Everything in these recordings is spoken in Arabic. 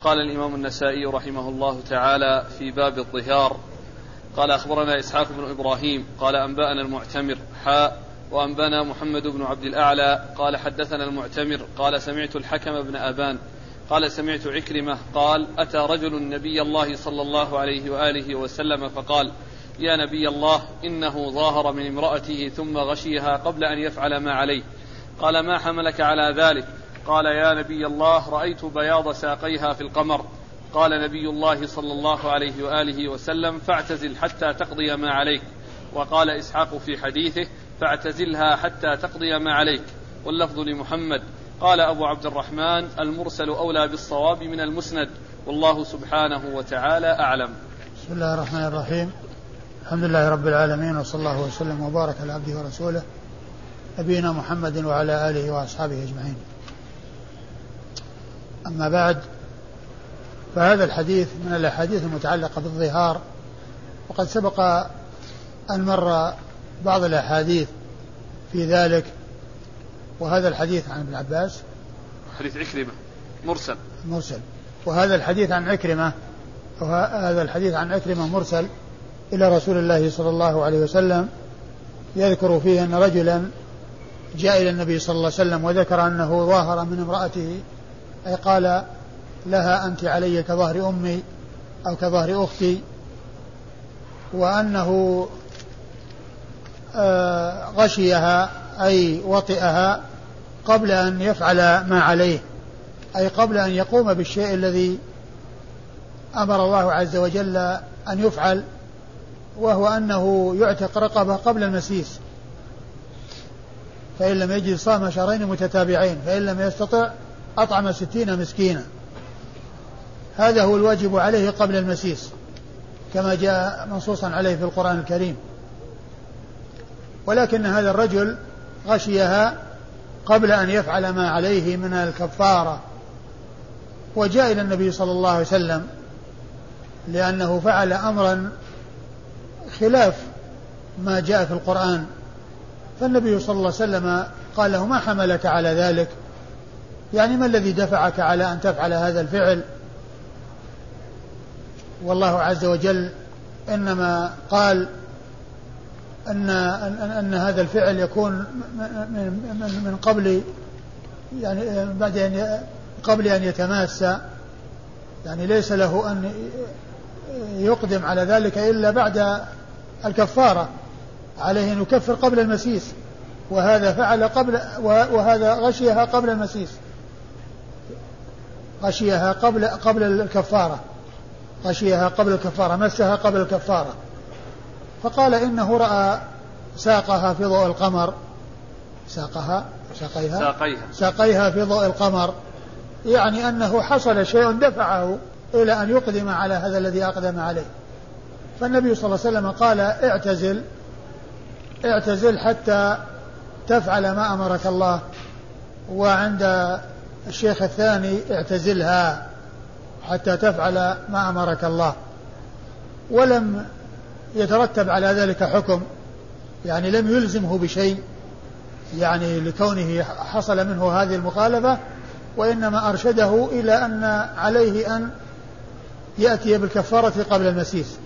قال الإمام النسائي رحمه الله تعالى في باب الظهار: قال أخبرنا إسحاق بن إبراهيم قال أنبأنا المعتمر وأنبأنا محمد بن عبد الأعلى قال حدثنا المعتمر قال سمعت الحكم بن أبان قال سمعت عكرمة قال: أتى رجل النبي الله صلى الله عليه وآله وسلم فقال: يا نبي الله، إنه ظاهر من امرأته ثم غشيها قبل أن يفعل ما عليه. قال: ما حملك على ذلك؟ قال: يا نبي الله، رأيت بياض ساقيها في القمر. قال نبي الله صلى الله عليه وآله وسلم: فاعتزل حتى تقضي ما عليك. وقال إسحاق في حديثه: فاعتزلها حتى تقضي ما عليك. واللفظ لمحمد. قال أبو عبد الرحمن: المرسل أولى بالصواب من المسند، والله سبحانه وتعالى أعلم. بسم الله الرحمن الرحيم. الحمد لله رب العالمين، وصلى الله وسلم وبارك على عبده ورسوله نبينا محمد وعلى آله وأصحابه أجمعين. أما بعد، فهذا الحديث من الأحاديث المتعلقة بالظهار، وقد سبق أن مر بعض الأحاديث في ذلك. وهذا الحديث عن ابن عباس، حديث عكرمة مرسل، وهذا الحديث عن عكرمة مرسل إلى رسول الله صلى الله عليه وسلم، يذكر فيه أن رجلا جاء إلى النبي صلى الله عليه وسلم وذكر أنه ظاهر من امرأته، أي قال لها: أنت علي كظهر أمي أو كظهر أختي، وأنه غشيها أي وطئها قبل أن يفعل ما عليه، أي قبل أن يقوم بالشيء الذي أمر الله عز وجل أن يفعل، وهو أنه يعتق رقبة قبل المسيس، فإن لم يجد صام شهرين متتابعين، فإن لم يستطع أطعم 60 مسكينا. هذا هو الواجب عليه قبل المسيس، كما جاء منصوصا عليه في القرآن الكريم. ولكن هذا الرجل غشيها قبل أن يفعل ما عليه من الكفارة، وجاء إلى النبي صلى الله عليه وسلم لأنه فعل أمرا خلاف ما جاء في القرآن. فالنبي صلى الله عليه وسلم قال له: ما حملك على ذلك؟ يعني ما الذي دفعك على أن تفعل هذا الفعل؟ والله عز وجل إنما قال أن هذا الفعل يكون من قبل، يعني قبل أن يتماسى، يعني ليس له أن يقدم على ذلك إلا بعد الكفارة، عليه أن يكفر قبل المسيس، وهذا فعل وهذا غشيها قبل المسيس، غشيها قبل الكفارة، مسها قبل الكفارة. فقال: إنه رأى ساقها في ضوء القمر، ساقيها في ضوء القمر، يعني أنه حصل شيء دفعه إلى أن يقدم على هذا الذي أقدم عليه. فالنبي صلى الله عليه وسلم قال: اعتزل حتى تفعل ما أمرك الله. وعند الشيخ الثاني: اعتزلها حتى تفعل ما أمرك الله. ولم يترتب على ذلك حكم، يعني لم يلزمه بشيء، يعني لكونه حصل منه هذه المخالفة، وإنما أرشده إلى أن عليه أن يأتي بالكفارة قبل المسيس.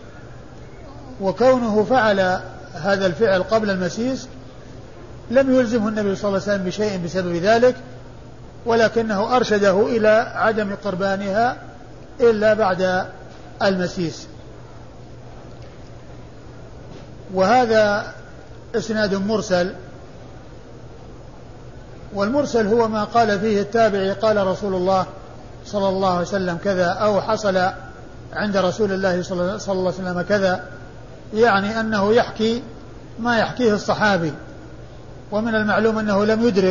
وكونه فعل هذا الفعل قبل المسيس لم يلزمه النبي صلى الله عليه وسلم بشيء بسبب ذلك، ولكنه أرشده إلى عدم قربانها إلا بعد المسيس. وهذا إسناد مرسل، والمرسل هو ما قال فيه التابعي: قال رسول الله صلى الله عليه وسلم كذا، أو حصل عند رسول الله صلى الله عليه وسلم كذا، يعني أنه يحكي ما يحكيه الصحابي، ومن المعلوم أنه لم يدرك،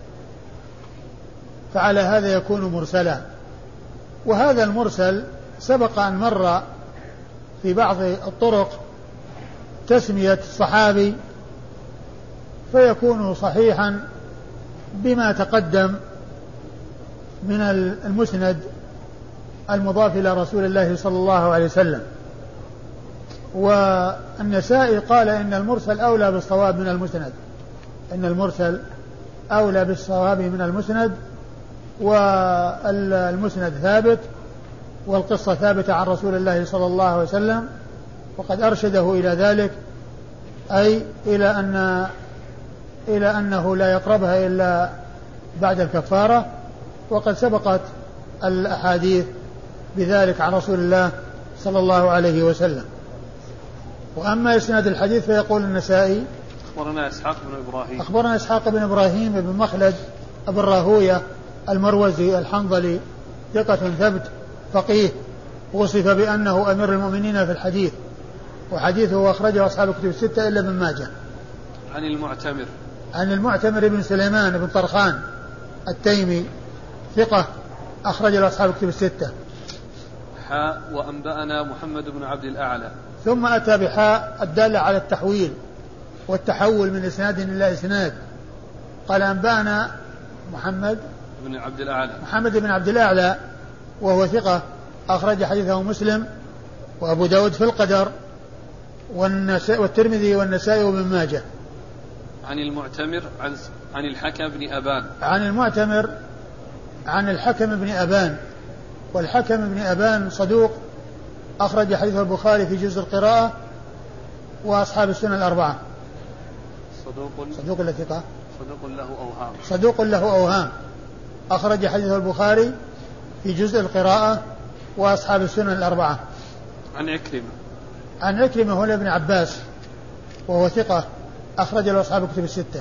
فعلى هذا يكون مرسلا. وهذا المرسل سبق أن مر في بعض الطرق تسمية الصحابي، فيكون صحيحا بما تقدم من المسند المضاف إلى رسول الله صلى الله عليه وسلم. والنسائي قال: إن المرسل أولى بالصواب من المسند، إن المرسل أولى بالصواب من المسند، والمسند ثابت والقصة ثابتة عن رسول الله صلى الله عليه وسلم، وقد أرشده إلى ذلك، أي إلى أنه لا يقربها إلا بعد الكفارة، وقد سبقت الأحاديث بذلك عن رسول الله صلى الله عليه وسلم. وأما إسناد الحديث فيقول النسائي أخبرنا إسحاق بن إبراهيم بن مخلد أبو الراهوية المروزي الحنظلي ثقة ثبت فقيه، وصف بأنه أمير المؤمنين في الحديث، وحديثه أخرجه أصحاب الكتب الستة إلا ابن ماجه. عن المعتمر بن سليمان بن طرخان التيمي ثقة أخرج له أصحاب الكتب الستة. وأنبأنا محمد بن عبد الأعلى، ثم أتى بحاء الدالة على التحويل والتحول من إسناد إلى إسناد. قال أنبأنا محمد بن عبد الأعلى وهو ثقة أخرج حديثه مسلم وأبو داود في القدر والترمذي والنسائي وابن ماجه. عن المعتمر عن الحكم بن أبان، عن المعتمر عن الحكم بن أبان، والحكم بن أبان صدوق أخرج حديثه البخاري في جزء القراءة وأصحاب السنن الأربعة. صدوق له أوهام أخرج حديثه البخاري في جزء القراءة وأصحاب السنن الأربعة. عن عكرمة هو ابن عباس وهو ثقة أخرج له أصحاب الكتب الستة.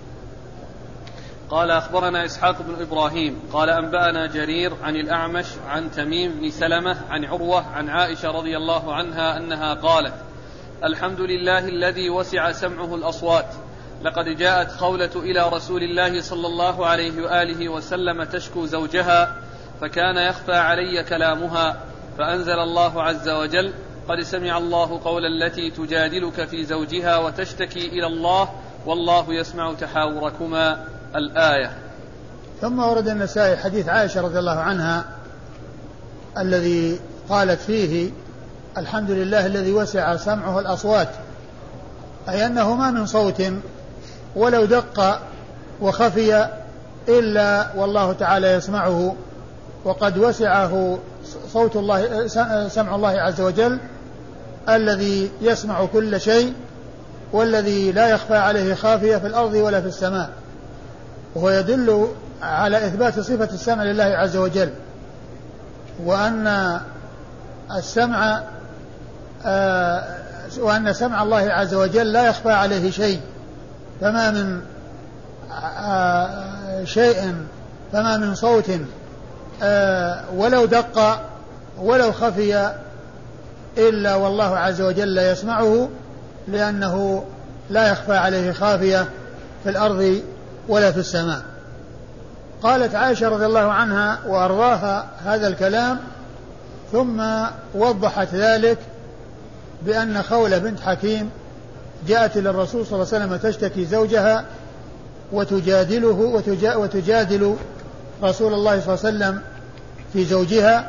قال أخبرنا إسحاق بن إبراهيم قال أنبأنا جرير عن الأعمش عن تميم بن سلمة عن عروة عن عائشة رضي الله عنها أنها قالت: الحمد لله الذي وسع سمعه الأصوات، لقد جاءت خولة إلى رسول الله صلى الله عليه وآله وسلم تشكو زوجها، فكان يخفى علي كلامها، فأنزل الله عز وجل: قد سمع الله قول التي تجادلك في زوجها وتشتكي إلى الله والله يسمع تحاوركما، الآية. ثم ورد النسائي حديث عائشة رضي الله عنها الذي قالت فيه: الحمد لله الذي وسع سمعه الأصوات، أي أنه ما من صوت ولو دق وخفي إلا والله تعالى يسمعه، وقد وسعه صوت الله سمع الله عز وجل الذي يسمع كل شيء، والذي لا يخفى عليه خافية في الأرض ولا في السماء، وهو يدل على إثبات صفة السمع لله عز وجل، وأن سمع الله عز وجل لا يخفى عليه شيء، فما من فما من صوت ولو دق ولو خفي إلا والله عز وجل يسمعه، لأنه لا يخفى عليه خافية في الأرض ولا في السماء. قالت عائشة رضي الله عنها وأرضاها هذا الكلام، ثم وضحت ذلك بأن خولة بنت حكيم جاءت إلى الرسول صلى الله عليه وسلم تشتكي زوجها وتجادل رسول الله صلى الله عليه وسلم في زوجها،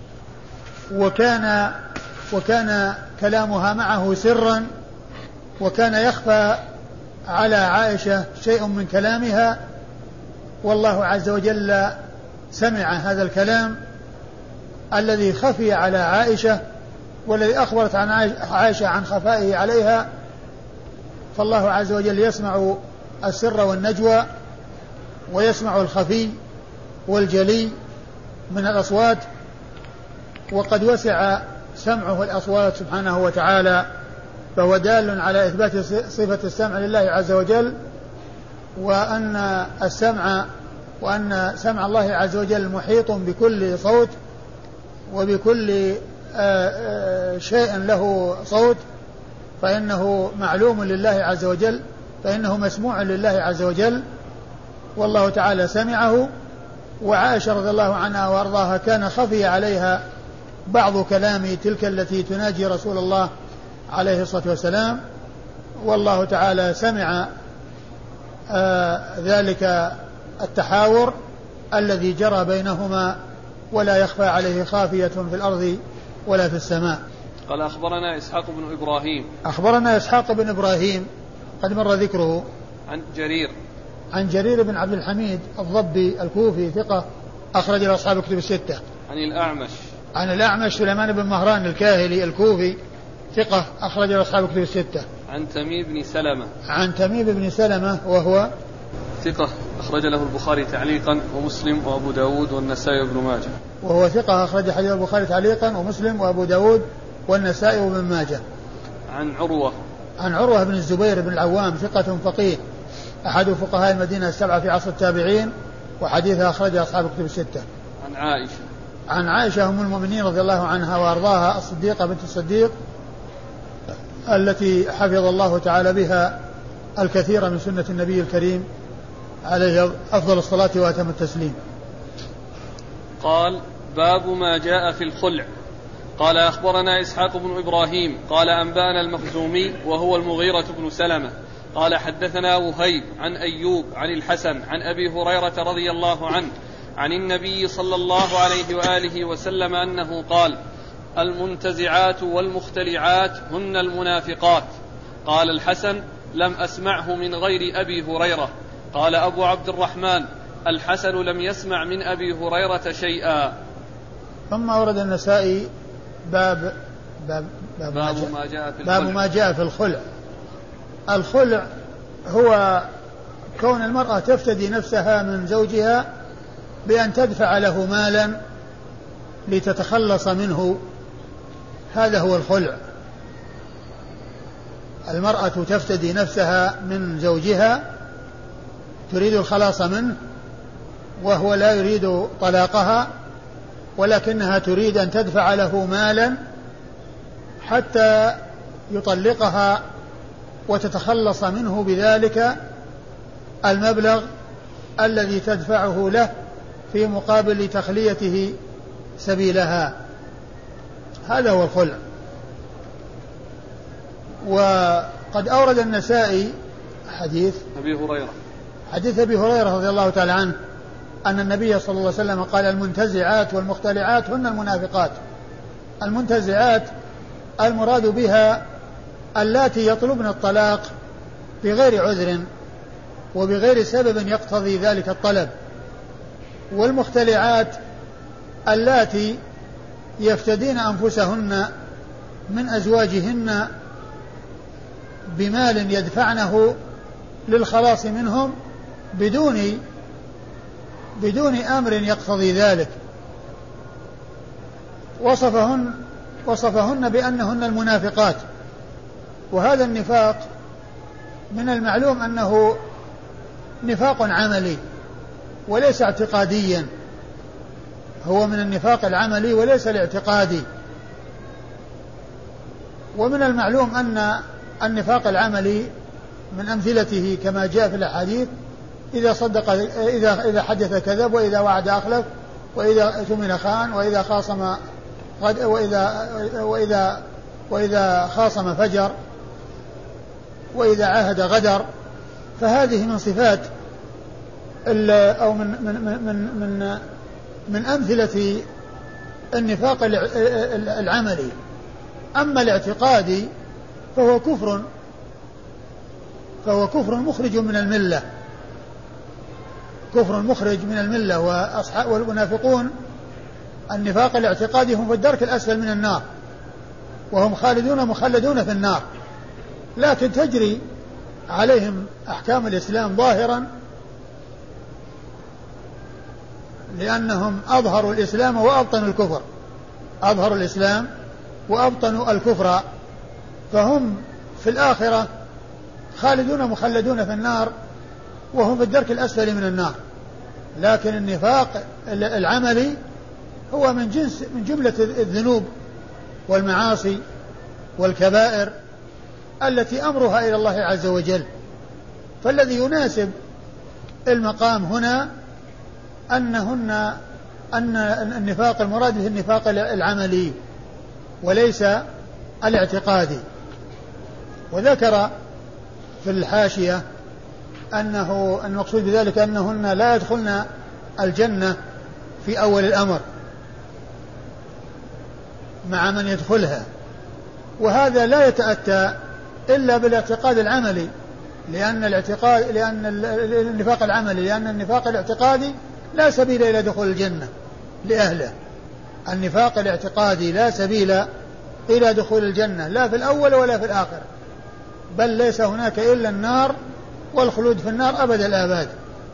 وكان كلامها معه سرا، وكان يخفى على عائشة شيء من كلامها، والله عز وجل سمع هذا الكلام الذي خفي على عائشة والذي أخبرت عن عائشة عن خفائه عليها، فالله عز وجل يسمع السر والنجوى ويسمع الخفي والجلي من الأصوات، وقد وسع سمعه الأصوات سبحانه وتعالى، فهو دال على إثبات صفة السمع لله عز وجل، وأن سمع الله عز وجل محيط بكل صوت وبكل شيء له صوت، فإنه معلوم لله عز وجل، فإنه مسموع لله عز وجل، والله تعالى سمعه. وعائشة رضي الله عنها وأرضاها كان خفي عليها بعض كلام تلك التي تناجي رسول الله عليه الصلاة والسلام، والله تعالى سمع ذلك التحاور الذي جرى بينهما، ولا يخفى عليه خافية في الأرض ولا في السماء. قال أخبرنا إسحاق بن إبراهيم، أخبرنا إسحاق بن إبراهيم قد مر ذكره، عن جرير بن عبد الحميد الضبي الكوفي ثقة أخرج له أصحاب كتب الستة. عن الأعمش سليمان بن مهران الكاهلي الكوفي ثقة أخرج له أصحاب كتب الستة. عن تميم بن سلمة وهو ثقة أخرج له البخاري تعليقا ومسلم وأبو داود والنسائي وابن ماجه. وهو ثقة أخرج حديث البخاري تعليقا ومسلم وأبو داود والنسائي وابن ماجه. عن عروة بن الزبير بن العوام ثقة فقيه أحد فقهاء المدينة السبعة في عصر التابعين وحديثها أخرج أصحاب كتب الستة. عن عائشة أم المؤمنين رضي الله عنها وأرضاها الصديقة بنت الصديق التي حفظ الله تعالى بها الكثير من سنة النبي الكريم عليه أفضل الصلاة وأتم التسليم. قال باب ما جاء في الخلع. قال أخبرنا إسحاق بن إبراهيم قال أنبانا المخزومي وهو المغيرة بن سلمة قال حدثنا وهيب عن أيوب عن الحسن عن أبي هريرة رضي الله عنه عن النبي صلى الله عليه وآله وسلم أنه قال المنتزعات والمختلعات هن المنافقات. قال الحسن لم أسمعه من غير أبي هريرة. قال أبو عبد الرحمن الحسن لم يسمع من أبي هريرة شيئا. ثم ورد النسائي باب ما جاء في الخلع. الخلع هو كون المرأة تفتدي نفسها من زوجها بأن تدفع له مالا لتتخلص منه، هذا هو الخلع. المرأة تفتدي نفسها من زوجها تريد الخلاص منه وهو لا يريد طلاقها، ولكنها تريد أن تدفع له مالا حتى يطلقها وتتخلص منه بذلك المبلغ الذي تدفعه له في مقابل تخليته سبيلها، هذا هو الخلع. وقد أورد النسائي حديث أبي هريرة رضي الله تعالى عنه أن النبي صلى الله عليه وسلم قال المنتزعات والمختلعات هن المنافقات. المنتزعات المراد بها اللاتي يطلبن الطلاق بغير عذر وبغير سبب يقتضي ذلك الطلب، والمختلعات اللاتي يفتدين أنفسهن من أزواجهن بمال يدفعنه للخلاص منهم بدون أمر يقتضي ذلك. وصفهن بأنهن المنافقات. وهذا النفاق من المعلوم أنه نفاق عملي وليس اعتقاديا، هو من النفاق العملي وليس الاعتقادي. ومن المعلوم أن النفاق العملي من أمثلته كما جاء في الأحاديث إذا حدث كذب، وإذا وعد أخلف، وإذا اؤتمن خان، وإذا خاصم وإذا خاصم فجر، وإذا عاهد غدر. فهذه من صفات أو من أمثلة النفاق العملي. أما الاعتقادي فهو كفر مخرج من الملة، كفر مخرج من الملة. والمنافقون النفاق الاعتقادي هم في الدرك الأسفل من النار، وهم خالدون مخلدون في النار، لكن تجري عليهم أحكام الإسلام ظاهرا لأنهم أظهروا الإسلام وأبطنوا الكفر، أظهروا الإسلام وأبطنوا الكفر، فهم في الآخرة خالدون مخلدون في النار وهم في الدرك الأسفل من النار. لكن النفاق العملي هو من جملة الذنوب والمعاصي والكبائر التي أمرها إلى الله عز وجل. فالذي يناسب المقام هنا أن النفاق المراد به النفاق العملي وليس الاعتقادي. وذكر في الحاشية أنه المقصود بذلك أنهن لا يدخلن الجنة في أول الأمر مع من يدخلها، وهذا لا يتأتى إلا بالاعتقاد العملي، لأن النفاق العملي، لأن النفاق الاعتقادي لا سبيل إلى دخول الجنة لأهله. النفاق الاعتقادي لا سبيل إلى دخول الجنة لا في الأول ولا في الآخر، بل ليس هناك إلا النار والخلود في النار أبد الآباد.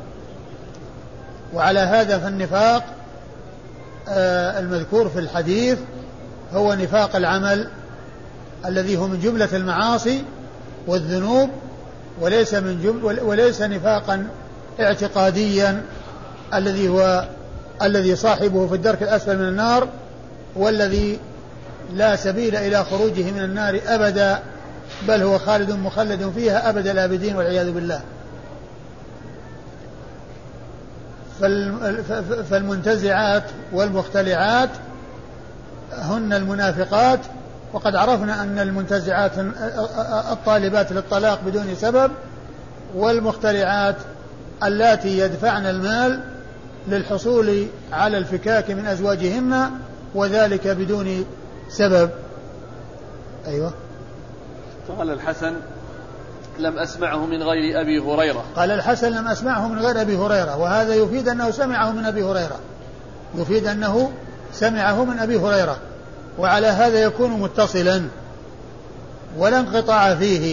وعلى هذا فالنفاق المذكور في الحديث هو نفاق العمل الذي هو من جملة المعاصي والذنوب، وليس نفاقا اعتقاديا الذي صاحبه في الدرك الأسفل من النار، والذي لا سبيل إلى خروجه من النار أبدا، بل هو خالد مخلد فيها أبد الآبدين والعياذ بالله. فالمنتزعات والمختلعات هن المنافقات، وقد عرفنا أن المنتزعات الطالبات للطلاق بدون سبب، والمختلعات اللاتي يدفعن المال للحصول على الفكاك من أزواجهن وذلك بدون سبب. أيوة. قال الحسن لم أسمعه من غير أبي هريرة. قال الحسن لم أسمعه من غير أبي هريرة، وهذا يفيد أنه سمعه من أبي هريرة، يفيد أنه سمعه من أبي هريرة، وعلى هذا يكون متصلا ولا انقطاع فيه.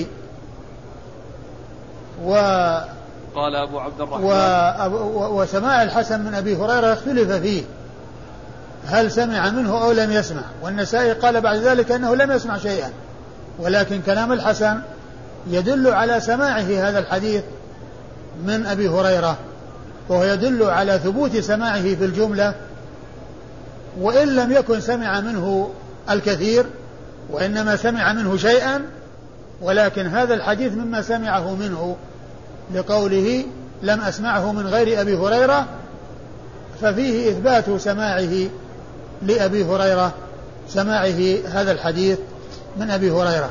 قال أبو عبد الرحمن وسماع الحسن من أبي هريرة اختلف فيه، هل سمع منه أو لم يسمع، والنسائي قال بعد ذلك أنه لم يسمع شيئا، ولكن كلام الحسن يدل على سماعه هذا الحديث من أبي هريرة، وهو يدل على ثبوت سماعه في الجملة، وإن لم يكن سمع منه الكثير وإنما سمع منه شيئا، ولكن هذا الحديث مما سمعه منه لقوله لم أسمعه من غير أبي هريرة، ففيه إثبات سماعه لأبي هريرة، سماعه هذا الحديث من أبي هريرة،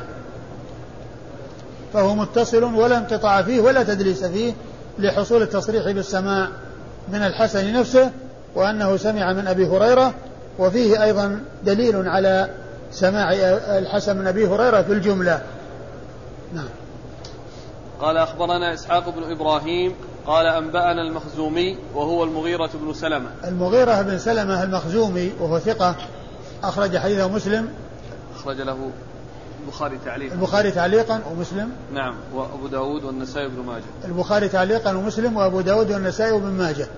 فهو متصل ولا انقطاع فيه ولا تدليس فيه، لحصول التصريح بالسماع من الحسن نفسه وأنه سمع من أبي هريرة. وفيه أيضا دليل على سماع الحسن من أبي هريرة في الجملة. نعم. قال أخبرنا إسحاق بن إبراهيم قال أنبأنا المخزومي وهو المغيرة بن سلمة. المغيرة بن سلمة المخزومي وهو ثقة، أخرج حديثه مسلم، أخرج له البخاري تعليقا ومسلم. نعم. وأبو داود والنسائي بن ماجه. البخاري تعليقا ومسلم وأبو داود والنسائي بن ماجه.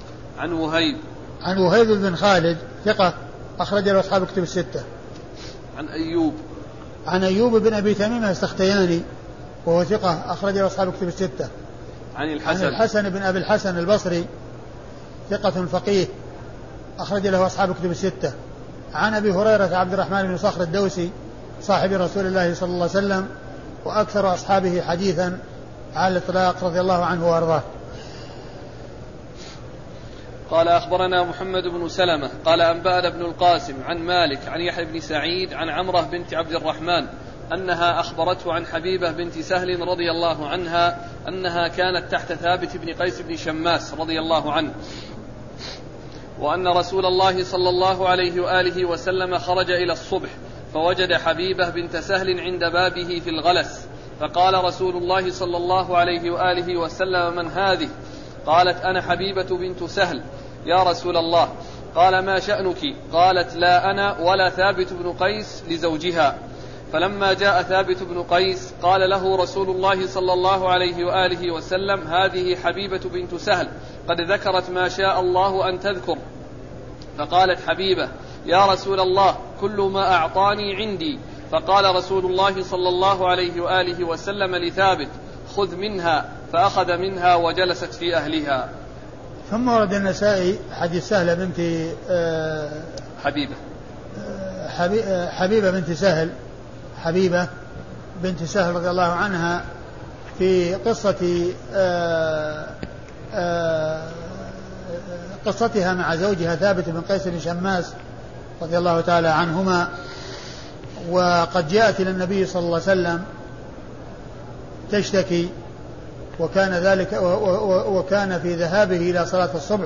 عن وهيب بن خالد ثقة، أخرج له أصحاب كتب الستة. عن أيوب بن أبي تميم السختياني وهو ثقة، أخرج له أصحاب كتب الستة. عن الحسن بن أبي الحسن البصري ثقة فقيه، أخرج له أصحاب كتب الستة. عن أبي هريرة عبد الرحمن بن صخر الدوسي صاحب رسول الله صلى الله عليه وسلم وأكثر أصحابه حديثا على الإطلاق رضي الله عنه وأرضاه. قال أخبرنا محمد بن سلمة قال أنبأنا ابن القاسم عن مالك عن يحيى بن سعيد عن عمرة بنت عبد الرحمن أنها أخبرته عن حبيبة بنت سهل رضي الله عنها أنها كانت تحت ثابت بن قيس بن شماس رضي الله عنه، وأن رسول الله صلى الله عليه وآله وسلم خرج إلى الصبح فوجد حبيبة بنت سهل عند بابه في الغلس، فقال رسول الله صلى الله عليه وآله وسلم من هذه؟ قالت أنا حبيبة بنت سهل يا رسول الله. قال ما شأنك؟ قالت لا أنا ولا ثابت بن قيس لزوجها. فلما جاء ثابت بن قيس قال له رسول الله صلى الله عليه وآله وسلم هذه حبيبة بنت سهل قد ذكرت ما شاء الله أن تذكر. فقالت حبيبة يا رسول الله كل ما أعطاني عندي. فقال رسول الله صلى الله عليه وآله وسلم لثابت خذ منها، فأخذ منها وجلست في أهلها. ثم ورد النسائي حديث سهلة بنت حبيبة بنت سهل، حبيبة بنت سهل رضي الله عنها في قصتها مع زوجها ثابت بن قيس بن شماس رضي الله تعالى عنهما. وقد جاءت إلى النبي صلى الله عليه وسلم تشتكي، وكان في ذهابه إلى صلاة الصبح،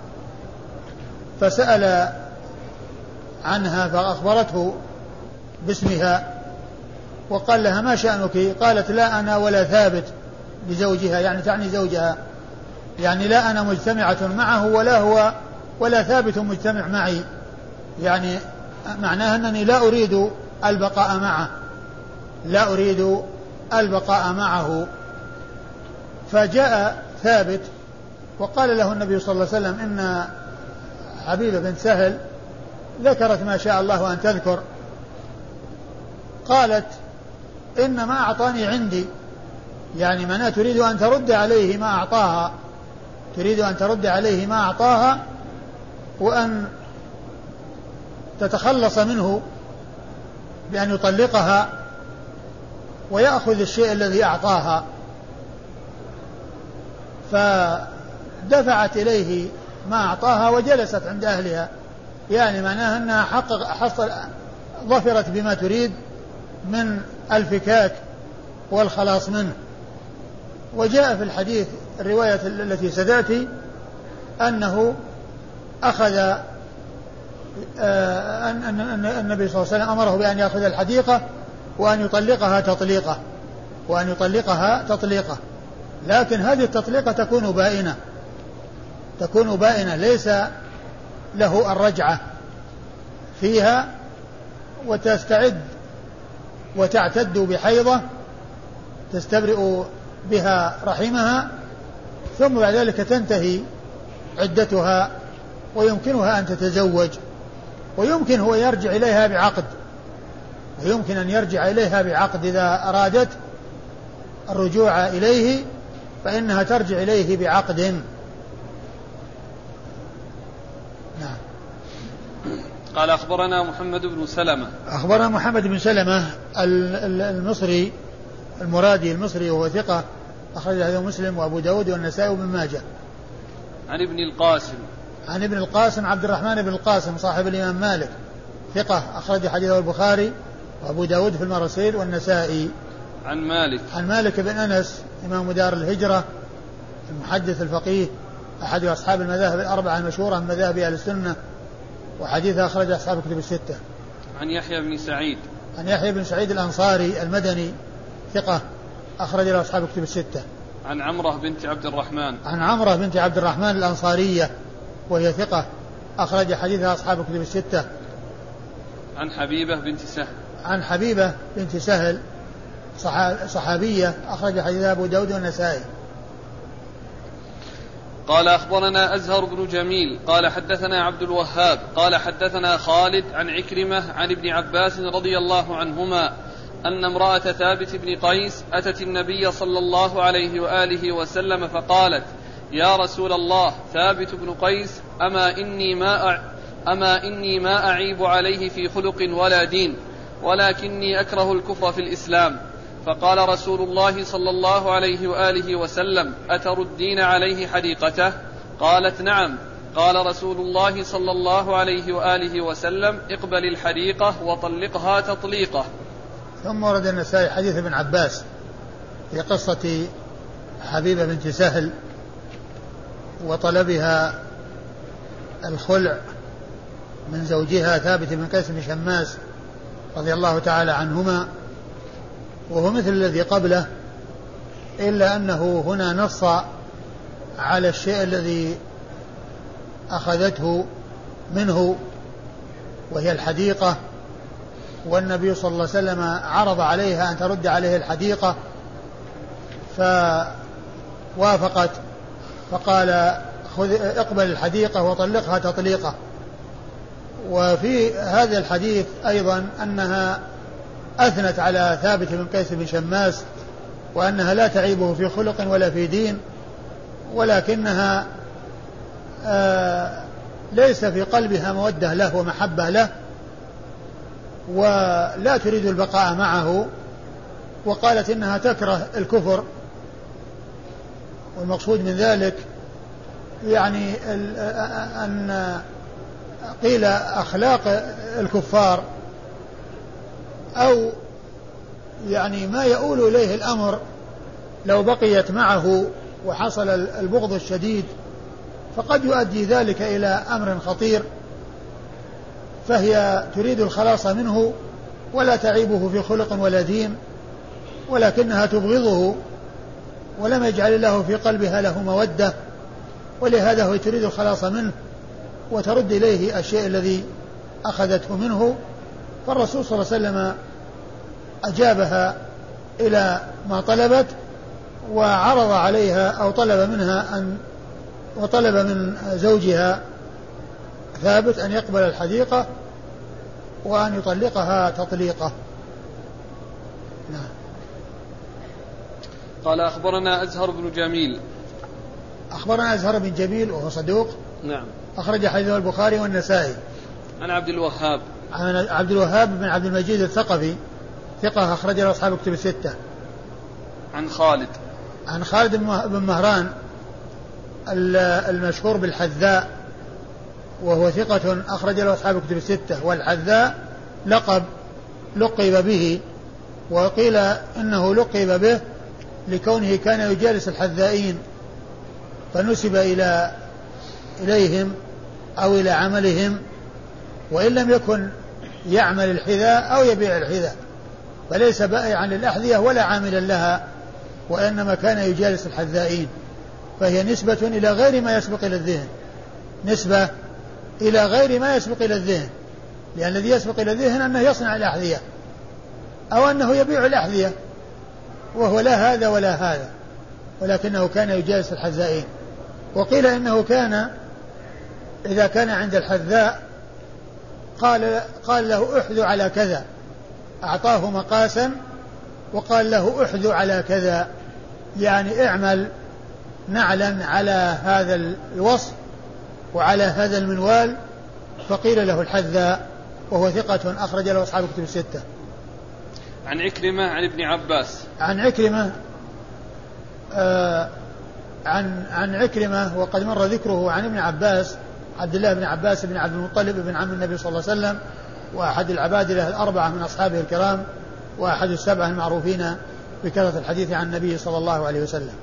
فسأل عنها فأخبرته باسمها وقال لها ما شأنك؟ قالت لا أنا ولا ثابت لزوجها، يعني تعني زوجها. يعني لا أنا مجتمعة معه ولا هو ولا ثابت مجتمع معي، يعني معناه أنني لا أريد البقاء معه، لا أريد البقاء معه. فجاء ثابت وقال له النبي صلى الله عليه وسلم إن حبيبة بنت سهل ذكرت ما شاء الله أن تذكر، قالت إن ما أعطاني عندي، يعني معناه تريد أن ترد عليه ما أعطاها، تريد أن ترد عليه ما أعطاها وأن تتخلص منه بأن يطلقها ويأخذ الشيء الذي أعطاها. فدفعت إليه ما أعطاها وجلست عند أهلها، يعني معناها أنها ظفرت بما تريد من الفكاك والخلاص منه. وجاء في الحديث الرواية التي ستأتي أنه أخذ أن النبي صلى الله عليه وسلم أمره بأن يأخذ الحديقة وأن يطلقها تطليقة، وأن يطلقها تطليقة، لكن هذه التطليقة تكون بائنة ليس له الرجعة فيها، وتستعد وتعتد بحيضة تستبرئ بها رحمها، ثم بعد ذلك تنتهي عدتها ويمكنها أن تتزوج، ويمكن هو يرجع إليها بعقد، ويمكن أن يرجع إليها بعقد إذا أرادت الرجوع إليه فإنها ترجع إليه بعقد. نعم. قال أخبرنا محمد بن سلمة. أخبرنا محمد بن سلمة المصري المرادي المصري، وهو ثقة أخرج له مسلم وأبو داود والنسائي وابن ماجه. عن ابن القاسم. عن ابن القاسم عبد الرحمن بن القاسم صاحب الإمام مالك، ثقة أخرج حديثه البخاري وأبو داود في المراسيل والنسائي. عن مالك. عن مالك بن أنس إمام دار الهجرة المحدث الفقيه أحد أصحاب المذاهب الأربعة المشهورة من مذاهب أهل السنة، وحديثه أخرج أصحاب الكتب الستة. عن يحيى بن سعيد. عن يحيى بن سعيد الأنصاري المدني ثقة أخرج له أصحاب الكتب الستة. عن عمرة بنت عبد الرحمن. عن عمرة بنت عبد الرحمن الأنصارية وهي ثقة أخرج حديثها أصحاب الكتب الستة. عن حبيبة بنت سهل. عن حبيبة بنت سهل صحابية أخرج حديثها أبو داود والنسائي. قال أخبرنا أزهر بن جميل قال حدثنا عبد الوهاب قال حدثنا خالد عن عكرمة عن ابن عباس رضي الله عنهما أن امرأة ثابت بن قيس أتت النبي صلى الله عليه وآله وسلم فقالت: يا رسول الله، ثابت بن قيس أما إني ما أعيب عليه في خلق ولا دين، ولكني أكره الكفر في الإسلام. فقال رسول الله صلى الله عليه وآله وسلم: أتردين عليه حديقته؟ قالت: نعم. قال رسول الله صلى الله عليه وآله وسلم: اقبل الحديقة وطلقها تطليقة. ثم ورد النسائي حديث ابن عباس في قصة حبيبة بنت سهل وطلبها الخلع من زوجها ثابت بن قيس بن شماس رضي الله تعالى عنهما، وهو مثل الذي قبله، إلا أنه هنا نص على الشيء الذي أخذته منه وهي الحديقة، والنبي صلى الله عليه وسلم عرض عليها أن ترد عليه الحديقة فوافقت، فقال: اقبل الحديقة وطلقها تطليقة. وفي هذا الحديث أيضا أنها أثنت على ثابت بن قيس بن شماس وأنها لا تعيبه في خلق ولا في دين، ولكنها ليس في قلبها مودة له ومحبة له، ولا تريد البقاء معه، وقالت إنها تكره الكفر. والمقصود من ذلك يعني أن قيل أخلاق الكفار، أو يعني ما يؤول إليه الأمر لو بقيت معه وحصل البغض الشديد، فقد يؤدي ذلك إلى أمر خطير، فهي تريد الخلاص منه ولا تعيبه في خلق ولا دين، ولكنها تبغضه ولم يجعل الله في قلبها له مودة ولهذا هو تريد الخلاص منه وترد إليه الشيء الذي أخذته منه. فالرسول صلى الله عليه وسلم أجابها إلى ما طلبت وعرض عليها أو طلب منها وطلب من زوجها ثابت أن يقبل الحديقة وأن يطلقها تطليقة. نعم. قال أخبرنا أزهر بن جميل. أخبرنا أزهر بن جميل وهو صدوق. نعم. أخرج حديثه البخاري والنسائي. عن عبد الوهاب. عن عبد الوهاب بن عبد المجيد الثقفي ثقة أخرج له أصحاب كتب الستة. عن خالد. عن خالد بن مهران المشهور بالحذاء وهو ثقة أخرج له أصحاب كتب الستة. والحذاء لقب به، وقيل إنه لقب به لكونه كان يجالس الحذائين فنسب إليهم أو إلى عملهم، وإن لم يكن يعمل الحذاء أو يبيع الحذاء، فليس بائعا للأحذية ولا عاملا لها، وإنما كان يجالس الحذائين، فهي نسبة إلى غير ما يسبق إلى الذهن، نسبة إلى غير ما يسبق إلى الذهن، لأن الذي يسبق إلى الذهن أنه يصنع الأحذية أو أنه يبيع الأحذية، وهو لا هذا ولا هذا، ولكنه كان يجالس الحذائين. وقيل إنه كان إذا كان عند الحذاء قال له احذو على كذا، أعطاه مقاسا وقال له احذو على كذا، يعني اعمل نعلا على هذا الوصف وعلى هذا المنوال، فقيل له الحذاء، وهو ثقة أخرج له أصحاب كتب الستة. عن عكرمة عن ابن عباس. عن عكرمة عن عكرمة وقد مر ذكره عن ابن عباس عبد الله بن عباس بن عبد المطلب بن عم النبي صلى الله عليه وسلم، وأحد العبادلة الأربعة من أصحابه الكرام، وأحد السبعة المعروفين بكثرة الحديث عن النبي صلى الله عليه وسلم.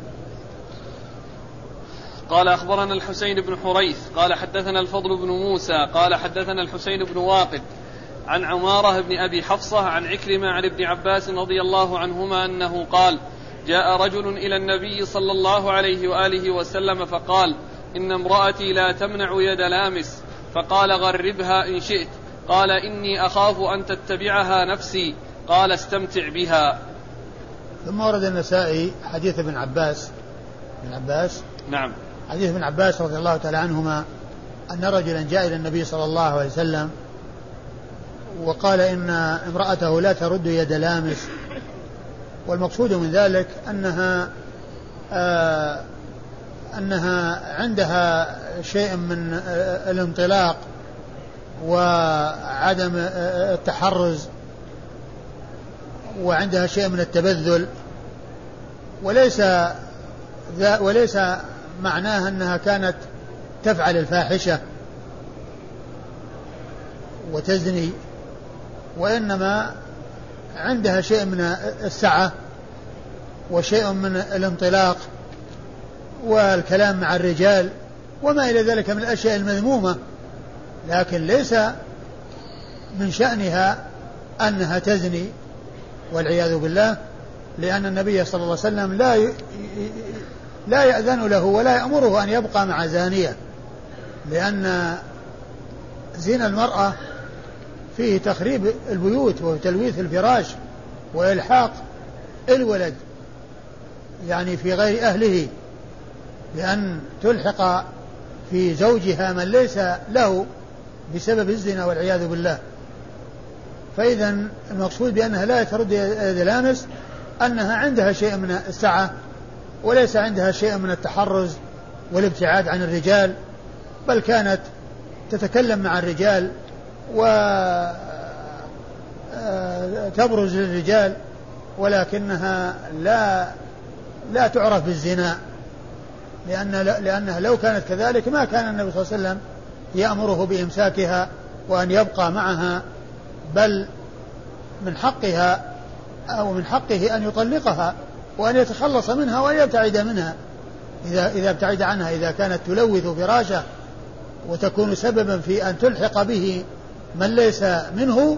قال أخبرنا الحسين بن حريث قال حدثنا الفضل بن موسى قال حدثنا الحسين بن واقد عن عمارة بن أبي حفصة عن عكرمة عن ابن عباس رضي الله عنهما أنه قال: جاء رجل إلى النبي صلى الله عليه وآله وسلم فقال: إن امرأتي لا تمنع يد لامس، فقال: غربها إن شئت. قال: إني أخاف أن تتبعها نفسي. قال: استمتع بها. ثم ورد النسائي حديث ابن عباس. نعم. حديث ابن عباس رضي الله تعالى عنهما أن رجلا جاء إلى النبي صلى الله عليه وسلم وقال إن امرأته لا ترد يد لامس، والمقصود من ذلك أنها عندها شيء من الانطلاق وعدم التحرز، وعندها شيء من التبذل، وليس معناها أنها كانت تفعل الفاحشة وتزني، وإنما عندها شيء من السعة وشيء من الانطلاق والكلام مع الرجال وما إلى ذلك من الأشياء المذمومة، لكن ليس من شأنها أنها تزني والعياذ بالله، لأن النبي صلى الله عليه وسلم لا يأذن له ولا يأمره أن يبقى مع زانية، لأن زنا المرأة فيه تخريب البيوت وتلويث الفراش وإلحاق الولد يعني في غير أهله، بأن تلحق في زوجها من ليس له بسبب الزنا والعياذ بالله. فإذا المقصود بأنها لا ترد يد لامس أنها عندها شيء من السعة وليس عندها شيء من التحرز والابتعاد عن الرجال، بل كانت تتكلم مع الرجال وتبرز للرجال، ولكنها لا تعرف بالزنا، لأنها لو كانت كذلك ما كان النبي صلى الله عليه وسلم يأمره بإمساكها وأن يبقى معها، بل من حقها أو من حقه أن يطلقها وأن يتخلص منها وأن يبتعد منها إذا ابتعد عنها، إذا كانت تلوث فراشه وتكون سببا في أن تلحق به من ليس منه،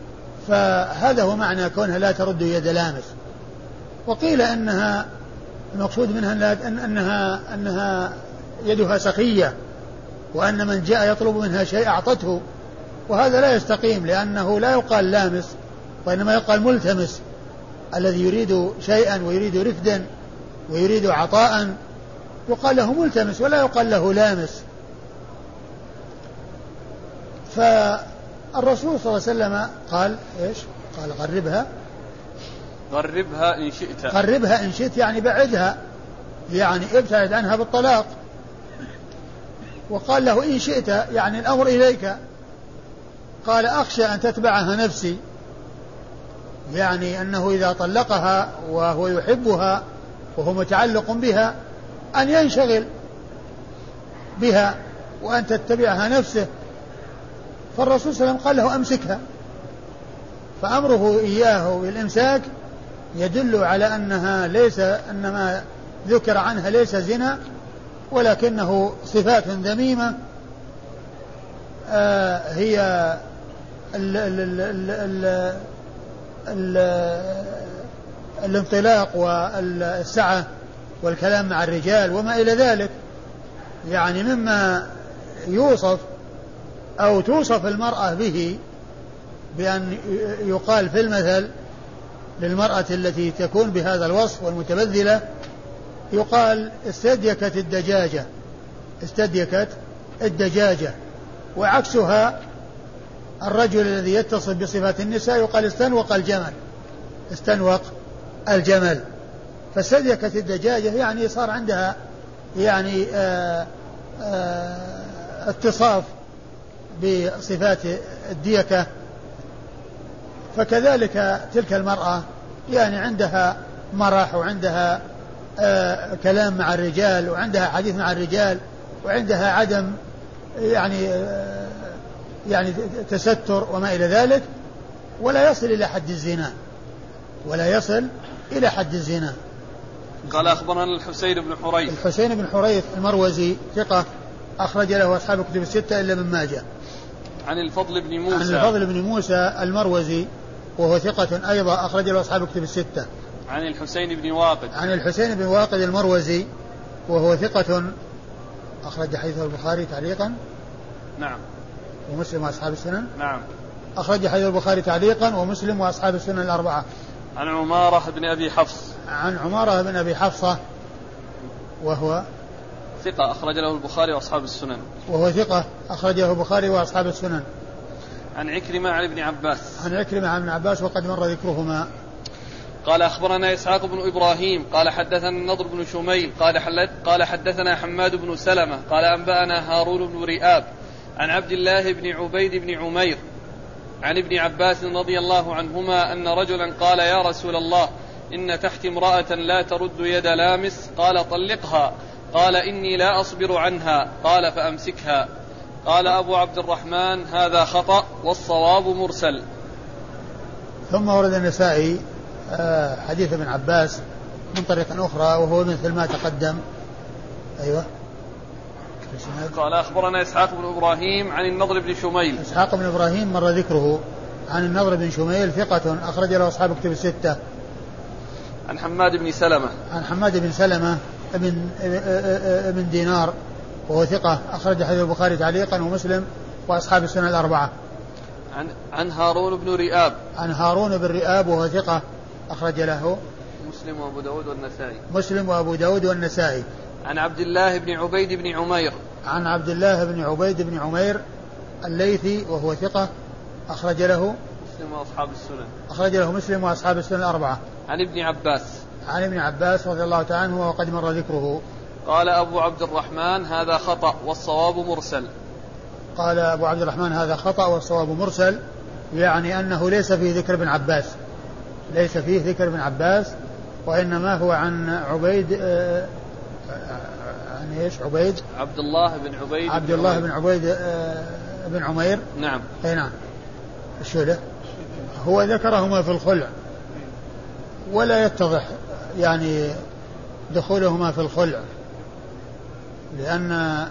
فهذا هو معنى كونها لا ترد يد لامس. وقيل أنها المقصود منها أنها يدها سخية، وأن من جاء يطلب منها شيء أعطته، وهذا لا يستقيم، لأنه لا يقال لامس وإنما يقال ملتمس. الذي يريد شيئا ويريد رفدا ويريد عطاء يقال له ملتمس ولا يقال له لامس. فالرسول صلى الله عليه وسلم قال إيش؟ قال غربها إن شئت. غربها إن شئت يعني بعدها، يعني ابتعد عنها بالطلاق. وقال له إن شئت يعني الأمر إليك. قال أخشى أن تتبعها نفسي، يعني أنه إذا طلقها وهو يحبها وهو متعلق بها أن ينشغل بها وأن تتبعها نفسه. فالرسول صلى الله عليه وسلم قال له أمسكها. فأمره إياه بالإمساك يدل على أن ما ذكر عنها ليس زنا، ولكنه صفات ذميمة هي الانطلاق والسعة والكلام مع الرجال وما إلى ذلك، يعني مما يوصف أو توصف المرأة به، بأن يقال في المثل للمرأة التي تكون بهذا الوصف والمتبذلة يقال استديكت الدجاجة. وعكسها الرجل الذي يتصف بصفات النساء يقال استنوق الجمل. فاستديكت الدجاجة يعني صار عندها يعني اتصاف بصفات الديكة. فكذلك تلك المرأة يعني عندها مرح وعندها كلام مع الرجال وعندها حديث مع الرجال وعندها عدم يعني تستر وما إلى ذلك، ولا يصل إلى حد الزنا. قال أخبرنا الحسين بن حريث المروزي ثقة أخرج له أصحاب الكتب الستة إلا من ماجه. عن الفضل بن موسى المروزي وهو ثقة أيضا أخرج له أصحاب الكتب الستة. عن الحسين بن واقد المروزي وهو ثقة أخرج حديثه البخاري تعليقا. نعم. ومسلم وأصحاب السنن. نعم. أخرج حديث البخاري تعليقا ومسلم وأصحاب السنن الأربعة. عن عمارة بن أبي حفصة وهو ثقة أخرج له البخاري وأصحاب السنن. عن عكرمة عن ابن عباس وقد مر ذكرهما. قال أخبرنا إسحاق بن إبراهيم قال حدثنا النضر بن شميل قال حدثنا حماد بن سلمة قال أنبأنا هارون بن رئاب عن عبد الله بن عبيد بن عمير عن ابن عباس رضي الله عنهما أن رجلا قال يا رسول الله إن تحت امرأة لا ترد يد لامس، قال طلقها، قال إني لا أصبر عنها، قال فأمسكها. قال أبو عبد الرحمن هذا خطأ والصواب مرسل. ثم ورد النسائي حديث ابن عباس من طريق أخرى وهو مثل ما تقدم. أيوة. قال أخبرنا إسحاق بن إبراهيم عن النضر بن شميل. إسحاق بن إبراهيم مر ذكره. عن النضر بن شميل ثقة أخرج له أصحاب الكتب الستة. عن حماد بن سلمة ابن دينار وهو ثقة أخرج حديث البخاري تعليقا ومسلم وأصحاب السنن الأربعة. عن هارون بن رئاب وهو ثقة أخرج له مسلم وأبو داود والنسائي. عن عبد الله بن عبيد بن عمير الليثي وهو ثقة أخرج له مسلم وأصحاب السنن الأربعة. عن ابن عباس رضي الله تعالى عنه وقد مر ذكره. قال أبو عبد الرحمن هذا خطأ والصواب مرسل. يعني أنه ليس فيه ذكر ابن عباس وإنما هو عن عبد الله بن عبيد بن عمير. نعم. أي نعم. الشهدة هو ذكرهما في الخلع ولا يتضح يعني دخولهما في الخلع، لأن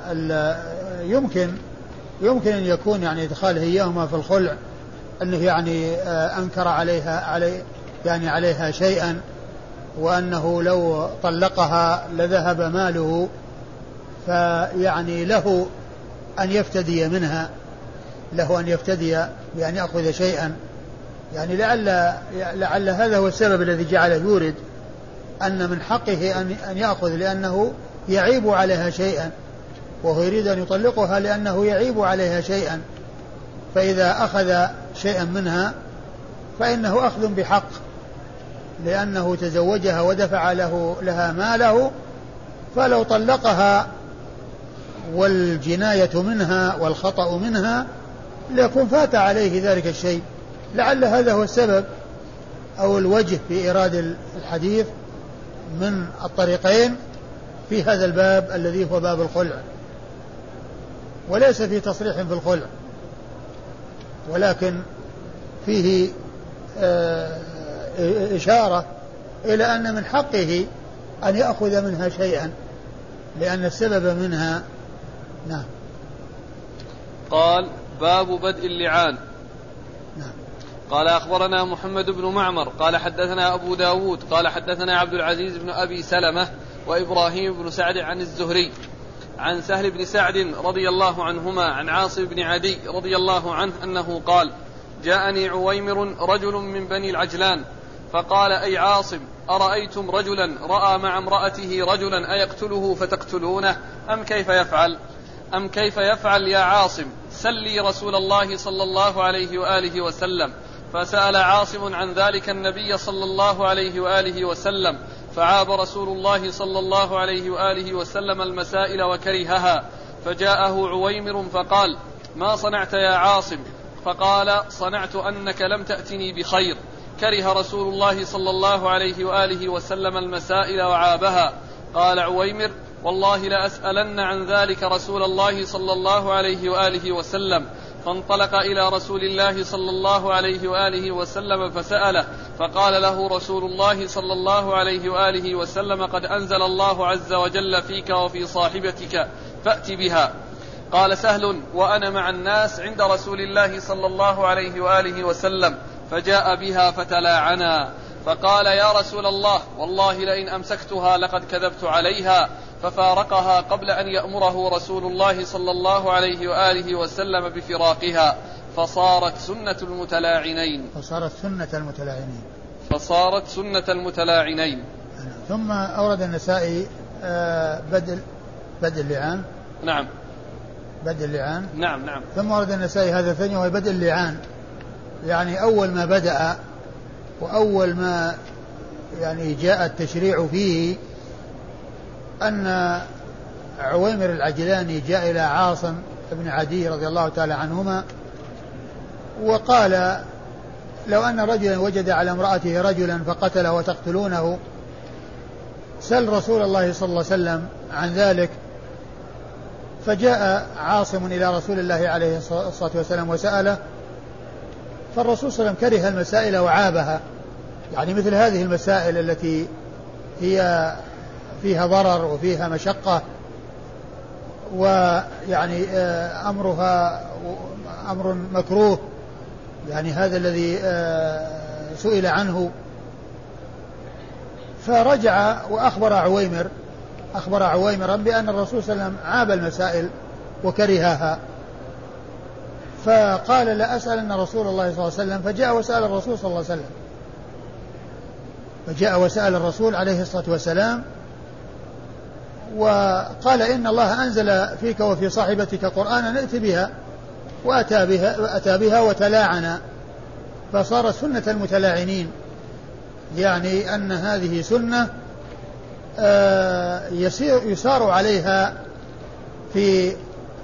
يمكن أن يكون يعني إدخاله إياهما في الخلع أنه يعني أنكر عليها شيئا وأنه لو طلقها لذهب ماله، فيعني له أن يفتدي منها، له أن يفتدي بأن يأخذ شيئا، يعني لعل هذا هو السبب الذي جعله يورد أن من حقه أن يأخذ لأنه يعيب عليها شيئا، وهو يريد أن يطلقها لأنه يعيب عليها شيئا، فإذا أخذ شيئا منها فإنه أخذ بحق، لأنه تزوجها ودفع لها ماله، فلو طلقها والجناية منها والخطأ منها ليكون فات عليه ذلك الشيء. لعل هذا هو السبب أو الوجه في إيراد الحديث من الطريقين في هذا الباب الذي هو باب الخلع، وليس في تصريح في الخلع، ولكن فيه إشارة إلى أن من حقه أن يأخذ منها شيئا لأن السبب منها. نعم. قال باب بدء اللعان. نعم. قال أخبرنا محمد بن معمر قال حدثنا أبو داود قال حدثنا عبد العزيز بن أبي سلمة وإبراهيم بن سعد عن الزهري عن سهل بن سعد رضي الله عنهما عن عاصم بن عدي رضي الله عنه أنه قال جاءني عويمر رجل من بني العجلان فقال أي عاصم أرأيتم رجلا رأى مع امرأته رجلا أيقتله فتقتلونه أم كيف يفعل يا عاصم سلي رسول الله صلى الله عليه وآله وسلم. فسأل عاصم عن ذلك النبي صلى الله عليه وآله وسلم فعاب رسول الله صلى الله عليه وآله وسلم المسائل وكرهها، فجاءه عويمر فقال ما صنعت يا عاصم؟ فقال صنعت أنك لم تأتني بخير، كره رسول الله صلى الله عليه وآله وسلم المسائل وعابها. قال عويمر والله لأسألن عن ذلك رسول الله صلى الله عليه وآله وسلم. فانطلق إلى رسول الله صلى الله عليه وآله وسلم فسأله، فقال له رسول الله صلى الله عليه وآله وسلم قد أنزل الله عز وجل فيك وفي صاحبتك فأت بها. قال سهل وأنا مع الناس عند رسول الله صلى الله عليه وآله وسلم فجاء بها فتلاعنا، فقال يا رسول الله والله لئن أمسكتها لقد كذبت عليها، ففارقها قبل أن يأمره رسول الله صلى الله عليه وآله وسلم بفراقها، فصارت سنة المتلاعنين. ثم أورد النسائي بدء اللعان. نعم. بدء اللعان. نعم. ثم أورد النسائي هذا الثاني وهو بدء اللعان، يعني أول ما بدأ وأول ما يعني جاء التشريع فيه أن عويمر العجلاني جاء إلى عاصم بن عدي رضي الله تعالى عنهما وقال لو أن رجلا وجد على امرأته رجلا فقتله وتقتلونه سل رسول الله صلى الله عليه وسلم عن ذلك. فجاء عاصم إلى رسول الله عليه الصلاة والسلام وسأله، فالرسول صلى الله عليه وسلم كره المسائل وعابها، يعني مثل هذه المسائل التي هي فيها ضرر وفيها مشقة ويعني أمرها أمر مكروه، يعني هذا الذي سئل عنه. فرجع وأخبر عويمرا بأن الرسول صلى الله عليه وسلم عاب المسائل وكرهها، فقال لا أسألن رسول الله صلى الله عليه وسلم. فجاء وسأل الرسول صلى الله عليه وسلم، فجاء وسأل الرسول عليه الصلاة والسلام وقال إن الله أنزل فيك وفي صاحبتك قرآنا ائت بها، وأتى بها وتلاعنا، فصارت سنة المتلاعنين، يعني أن هذه سنة يسار عليها في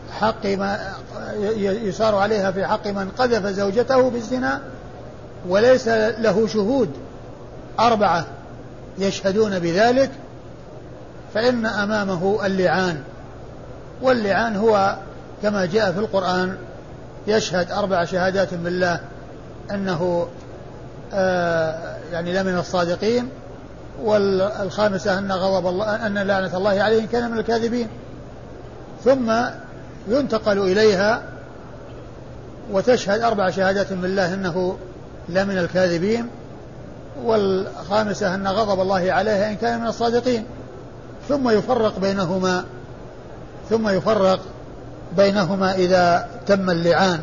حق من قذف زوجته بالزنا وليس له شهود 4 يشهدون بذلك، فإن أمامه اللعان. واللعان هو كما جاء في القرآن يشهد 4 شهادات بالله أنه يعني لمن الصادقين، والخامسة أن غضب الله أن لعنة الله عليه كان من الكاذبين، ثم ينتقل إليها وتشهد 4 شهادات بالله أنه لمن الكاذبين، والخامسة أن غضب الله عليها إن كان من الصادقين، ثم يفرق بينهما إذا تم اللعان.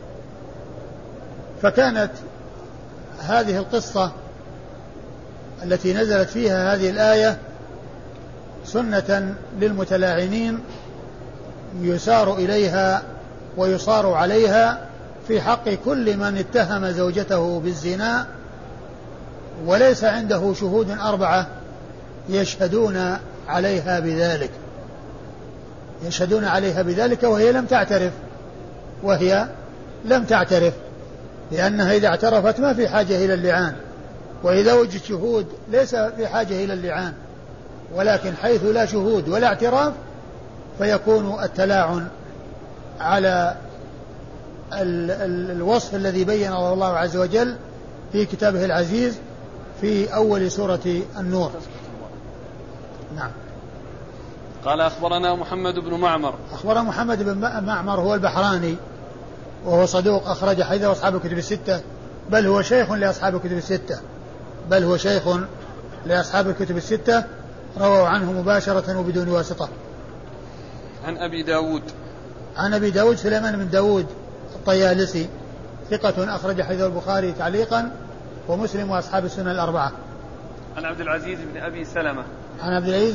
فكانت هذه القصة التي نزلت فيها هذه الآية سنة للمتلاعنين يسار إليها ويصار عليها في حق كل من اتهم زوجته بالزنا وليس عنده شهود 4 يشهدون عليها بذلك وهي لم تعترف لأنها إذا اعترفت ما في حاجة إلى اللعان، وإذا وجد شهود ليس في حاجة إلى اللعان، ولكن حيث لا شهود ولا اعتراف فيكون التلاعن على الوصف الذي بينه الله عز وجل في كتابه العزيز في أول سورة النور. نعم. قال أخبرنا محمد بن معمر. أخبرنا محمد بن معمر هو البحراني وهو صدوق أخرج حديثه وأصحاب الكتب الستة، بل هو شيخ لأصحاب الكتب الستة رووا عنه مباشرة وبدون واسطة. عن أبي داود سليمان بن داود الطيالسي ثقة أخرج حديثه البخاري تعليقا ومسلم وأصحاب السنن الأربعة. عن عبد العزيز بن أبي سلمة. عن عبد العزيز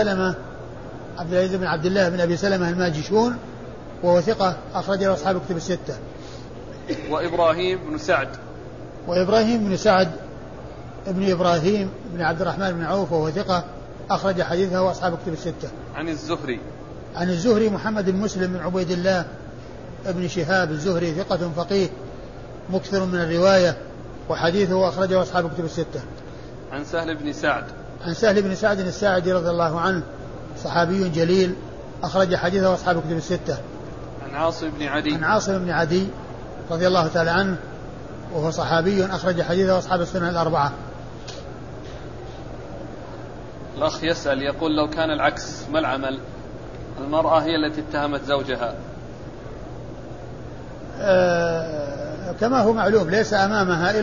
بن عبد الله بن أبي سلمة الماجشون وهو ثقة أخرج له أصحاب الكتب الستة. وإبراهيم بن سعد ابن إبراهيم بن عبد الرحمن بن عوف وهو ثقة أخرج حديثه وأصحاب الكتب الستة. عن الزهري محمد بن مسلم بن عبيد الله ابن شهاب الزهري ثقة فقيه مكثر من الرواية وحديثه أخرجه أصحاب الكتب الستة. عن سهل بن سعد الساعدي رضي الله عنه صحابي جليل أخرج حديثه أصحاب الكتب الستة. عن عاصم بن عدي رضي الله تعالى عنه وهو صحابي أخرج حديثه أصحاب السنن الأربعة. الأخ يسأل يقول لو كان العكس ما العمل؟ المرأة هي التي اتهمت زوجها. كما هو معلوم ليس أمامها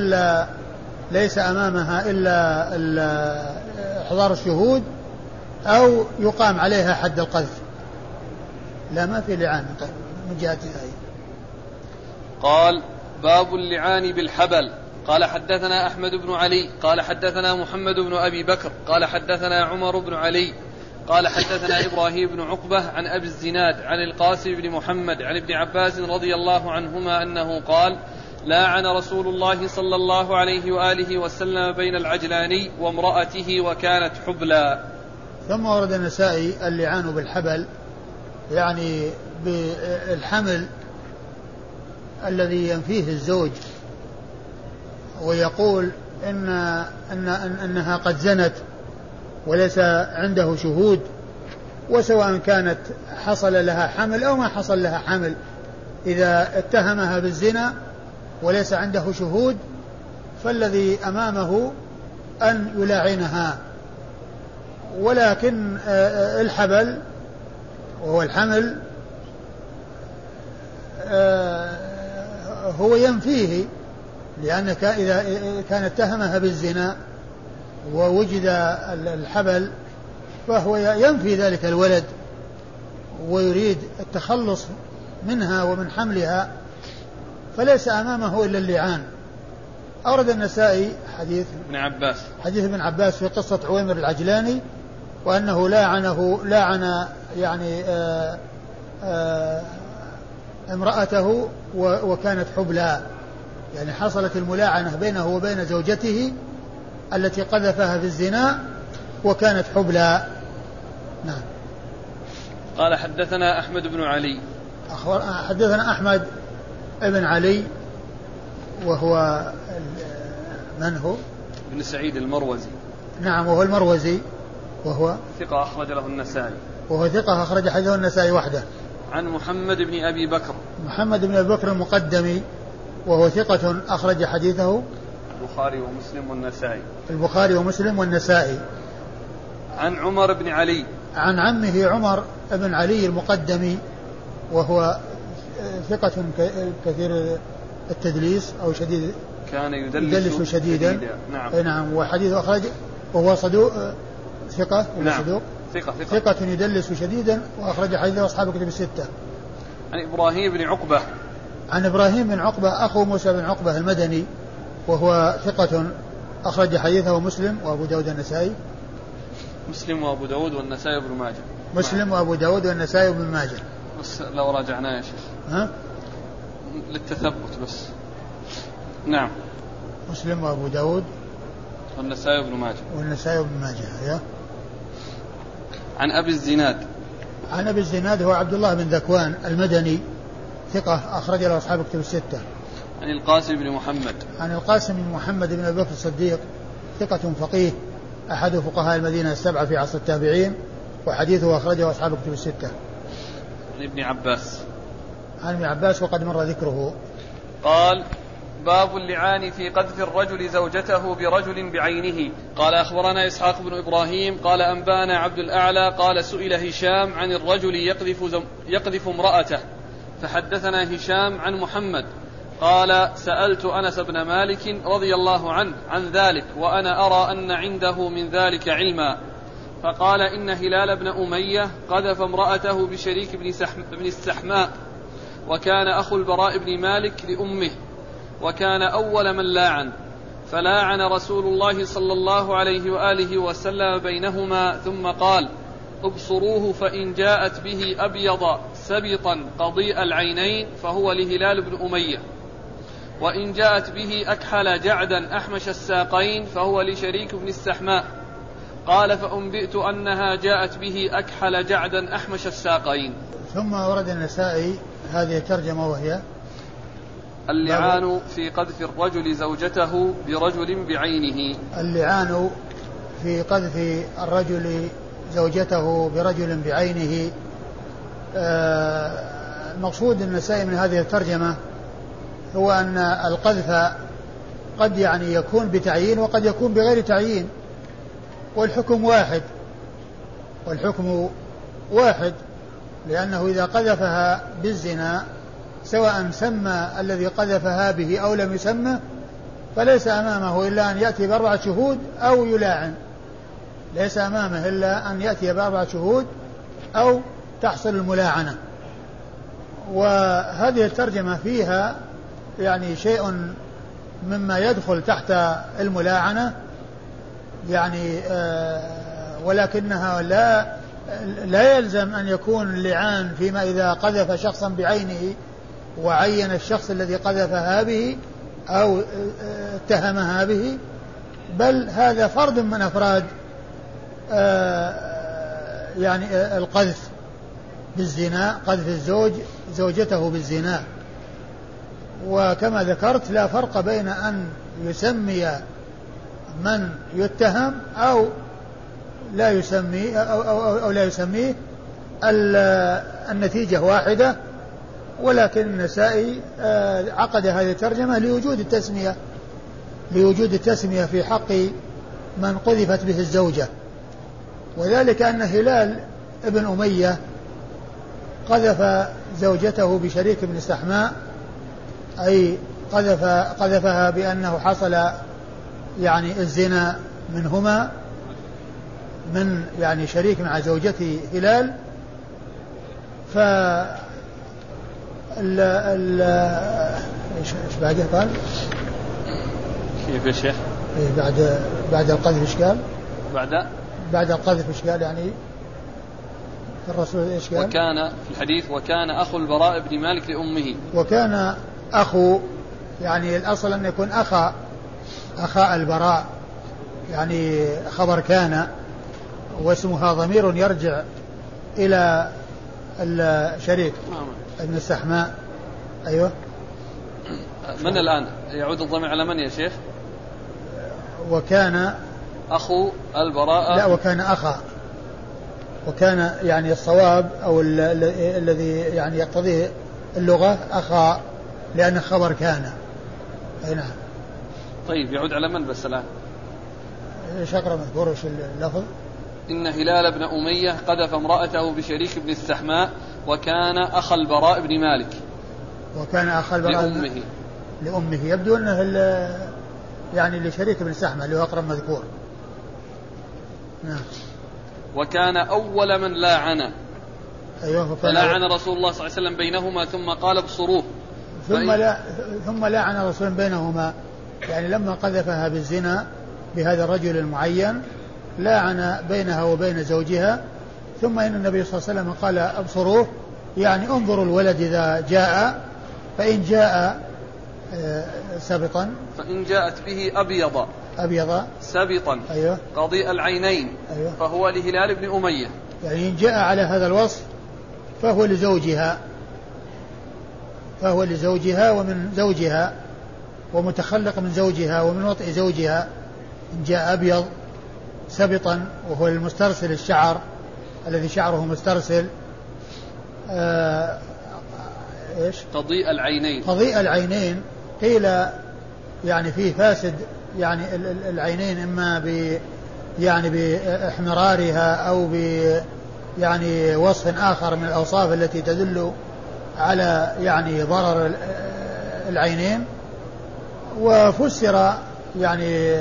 إلا إحضار الشهود أو يقام عليها حد القذف. لا ما في لعان من جهة هذه. قال باب اللعان بالحبل. قال حدثنا أحمد بن علي قال حدثنا محمد بن أبي بكر قال حدثنا عمر بن علي قال حدثنا إبراهيم بن عقبة عن أبي الزناد عن القاسم بن محمد عن ابن عباس رضي الله عنهما أنه قال لاعن رسول الله صلى الله عليه وآله وسلم بين العجلاني وامرأته وكانت حبلى. ثم ورد النسائي اللعان بالحبل يعني بالحمل الذي ينفيه الزوج ويقول إنها قد زنت وليس عنده شهود، وسواء كانت حصل لها حمل أو ما حصل لها حمل، إذا اتهمها بالزنا وليس عنده شهود فالذي أمامه أن يلاعنها. ولكن الحبل وهو الحمل هو ينفيه، لأنك إذا كان اتهمها بالزنا ووجد الحبل فهو ينفي ذلك الولد ويريد التخلص منها ومن حملها، فليس أمامه إلا اللعان. أورد النسائي حديث ابن عباس في قصة عويمر العجلاني وأنه لاعن يعني امرأته وكانت حبلى، يعني حصلت الملاعنة بينه وبين زوجته التي قذفها في الزنا وكانت حبلى. نعم. قال حدثنا أحمد بن علي. حدثنا أحمد بن علي وهو من هو؟ بن سعيد المروزي. نعم وهو المروزي وهو ثقة أخرج له النسائي. وهو ثقة أخرج حديثه النسائي وحده. عن محمد بن أبي بكر. محمد بن أبي بكر المقدمي وهو ثقة أخرج حديثه البخاري ومسلم والنسائي. عن عمر بن علي. عن عمه عمر بن علي المقدمي وهو ثقة كثير التدليس أو شديد كان يدلس شديدا. نعم. نعم. وحديث أخرج وهو صدوق ثقة. نعم. صدوق ثقة يدلس شديدا، وأخرج حديثه أصحاب الكتب الستة. عن إبراهيم بن عقبة. عن إبراهيم بن عقبة أخو موسى بن عقبة المدني، وهو ثقة أخرج حديثه مسلم وأبو داود النسائي. مسلم وأبو داود والنسائي وابن ماجه. مسلم وأبو داود والنسائي وابن ماجه. بس لو راجعناه يا شيخ. ها؟ للتثبت بس. نعم. مسلم وأبو داود والنسائي وابن ماجه. يا. عن أبي الزناد. عن أبي الزناد هو عبد الله بن ذكوان المدني، ثقة أخرج له أصحاب الكتب الستة. عن القاسم بن محمد. عن القاسم بن محمد بن أبي بكر الصديق، ثقة فقيه أحد فقهاء المدينة السبعة في عصر التابعين، وحديثه أخرجه أصحاب الكتب الستة. عن ابن عباس. عن ابن عباس وقد مر ذكره. قال: باب اللعان في قذف الرجل زوجته برجل بعينه. قال: أخبرنا إسحاق بن إبراهيم قال أنبانا عبد الأعلى قال: سئل هشام عن الرجل يقذف امرأته، فحدثنا هشام عن محمد قال: سألت أنس بن مالك رضي الله عنه عن ذلك، وأنا أرى أن عنده من ذلك علما، فقال: إن هلال بن أمية قذف امرأته بشريك بن السحماء، وكان أخو البراء بن مالك لأمه، وكان أول من لاعن، فلاعن رسول الله صلى الله عليه وآله وسلم بينهما، ثم قال: ابصروه فإن جاءت به أبيض سبطا قضيء العينين فهو لهلال بن أمية، وإن جاءت به أكحل جعدا أحمش الساقين فهو لشريك بن السحماء. قال: فأنبئت أنها جاءت به أكحل جعدا أحمش الساقين. ثم ورد النسائي هذه الترجمة، وهي اللعان في قذف الرجل زوجته برجل بعينه. اللعان في قذف الرجل زوجته برجل بعينه. المقصود النسائي من هذه الترجمة هو أن القذف قد يعني يكون بتعيين وقد يكون بغير تعيين، والحكم واحد، لأنه إذا قذفها بالزنا سواء سمى الذي قذفها به أو لم يسمه فليس أمامه إلا أن يأتي بأربعة شهود أو يلاعن، ليس أمامه إلا أن يأتي بأربعة شهود أو تحصل الملاعنة. وهذه الترجمة فيها يعني شيء مما يدخل تحت الملاعنة، يعني ولكنها لا يلزم أن يكون اللعان فيما إذا قذف شخصا بعينه وعين الشخص الذي قذفها به أو اتهمها به، بل هذا فرد من أفراد يعني القذف بالزنا، قذف الزوج زوجته بالزنا. وكما ذكرت لا فرق بين أن يسمي من يتهم أو لا يسمي أو لا يسميه، النتيجة واحدة. ولكن النسائي عقد هذه الترجمة لوجود التسمية في حق من قذفت به الزوجة، وذلك أن هلال ابن أمية قذف زوجته بشريك بن السحماء، أي قذفها بأنه حصل يعني الزنا منهما، من يعني شريك مع زوجته هلال. ف ايش بعده قال؟ كيف يا شيخ؟ بعد القذف ايش قال؟ بعد القذف ايش قال يعني؟ الرسول ايش قال؟ وكان في الحديث: وكان أخو البراء بن مالك لأمه. وكان أخو، يعني الأصل أن يكون أخا البراء، يعني خبر كان، واسمها ضمير يرجع إلى الشريك ابن السحماء. أيوة. من الآن يعود الضمير على من يا شيخ؟ وكان أخو البراء. لا، وكان أخا، وكان يعني الصواب أو الذي يعني يقتضيه اللغة أخا، لأن خبر كان. أي نعم. طيب يعود على من بس الآن؟ ايش اقرا مذكور ايش اللفظ؟ إن هلال بن أمية قذف امرأته بشريك بن السحماء، وكان أخا البراء بن مالك. وكان أخا البراء لأمه. لأمه. يبدو أنه يعني لشريك بن السحمة اللي هو أقرب مذكور. نعم. وكان أول من لاعن. أيوه. فلاعن رسول الله صلى الله عليه وسلم بينهما ثم قال ابصروه. ثم لاعن رسول بينهما، يعني لما قذفها بالزنا بهذا الرجل المعين لاعن بينها وبين زوجها. ثم إن النبي صلى الله عليه وسلم قال ابصروه، يعني انظروا الولد إذا جاء، فإن جاء سبطا، فإن جاءت به أبيض سبطا أيوه قضيء العينين أيوه فهو لهلال بن أمية، يعني إن جاء على هذا الوصف فهو لزوجها ومن زوجها ومتخلق من زوجها ومن وطئ زوجها. إن جاء أبيض سبطا وهو المسترسل الشعر الذي شعره مسترسل إيش؟ قضيء العينين قيل يعني فيه فاسد يعني العينين إما يعني باحمرارها أو يعني وصف آخر من الأوصاف التي تدل على يعني ضرر العينين. وفسر يعني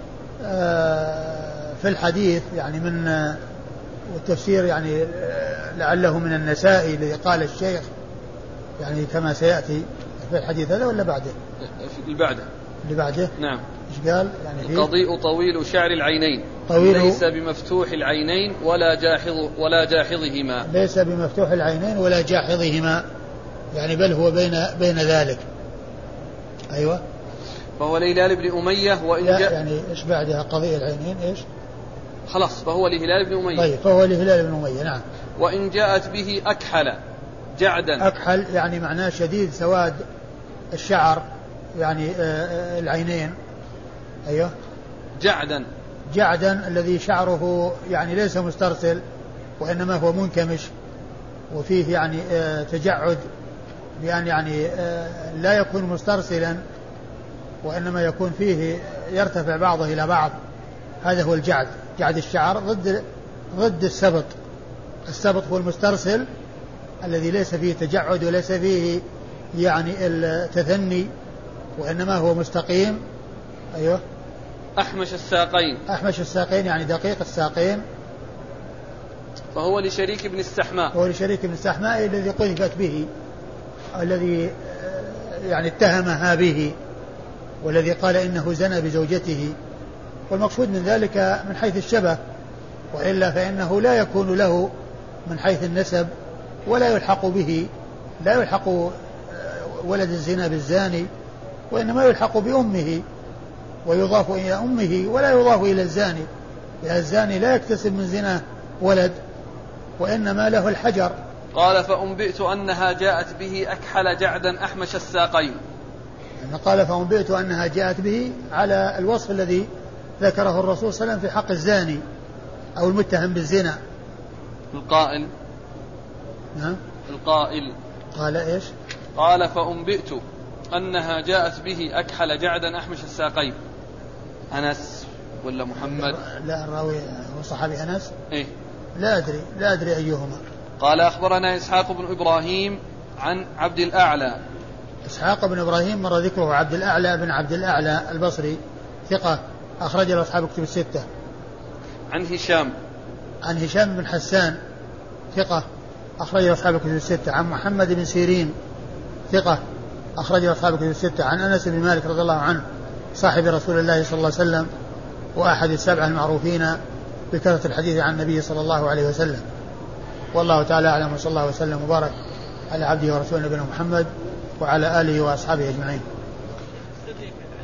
في الحديث يعني من والتفسير يعني لعله من النسائي الذي قال الشيخ يعني كما سيأتي في الحديث هذا ولا بعده؟ اللي بعده نعم. إيش قال؟ يعني القضيء طويل شعر العينين ليس بمفتوح العينين ولا جاحظهما. ليس بمفتوح العينين ولا جاحظهما، يعني بل هو بين ذلك. أيوة. فهو لهلال بن أمية وإن جاء يعني إيش بعدها قضيء العينين إيش؟ خلاص فهو لهلال بن أمية. طيب فهو لهلال بن أمية. نعم. وإن جاءت به أكحل جعدا. أكحل يعني معناه شديد سواد الشعر يعني العينين. أيوه. جعدا الذي شعره يعني ليس مسترسل وإنما هو منكمش وفيه يعني تجعد، بأن يعني لا يكون مسترسلا وإنما يكون فيه يرتفع بعضه إلى بعض. هذا هو الجعد. جعد الشعر ضد السبط. السبط هو المسترسل الذي ليس فيه تجعد وليس فيه يعني التثني وإنما هو مستقيم. أيوه. أحمش الساقين يعني دقيق الساقين. فهو لشريك بن السحماء الذي قذفت به، الذي يعني اتهمها به، والذي قال إنه زنى بزوجته. والمقصود من ذلك من حيث الشبه، وإلا فإنه لا يكون له من حيث النسب ولا يلحق به، لا يلحق ولد الزنا بالزاني، وإنما يلحق بأمه ويضاف إلى أمه ولا يضاف إلى الزاني، لأن الزاني لا يكتسب من زنا ولد وإنما له الحجر. قال فأنبئت أنها جاءت به أكحل جعدا أحمش الساقين. يعني قال فأنبئت أنها جاءت به على الوصف الذي ذكره الرسول صلى الله عليه وسلم في حق الزاني أو المتهم بالزنا. القائل قال إيش؟ قال فأنبئت أنها جاءت به أكحل جعدا أحمش الساقين. أنس ولا محمد؟ لا الراوي هو صحابي أنس. إيه؟ لا أدري أيهما. قال أخبرنا إسحاق بن إبراهيم عن عبد الأعلى. إسحاق بن إبراهيم مر ذكره. عبد الأعلى بن عبد الأعلى البصري ثقة أخرج له أصحاب الكتب الستة. عن هشام بن حسان ثقة أخرج له أصحاب الكتب الستة. عن محمد بن سيرين ثقة أخرج له أصحاب الكتب الستة. عن أنس بن مالك رضي الله عنه صاحب رسول الله صلى الله عليه وسلم وأحد السبعة المعروفين بكثرة الحديث عن النبي صلى الله عليه وسلم. والله تعالى أعلم، وصلى الله وسلم وبارك على عبده ورسوله نبينا محمد وعلى آله وأصحابه أجمعين.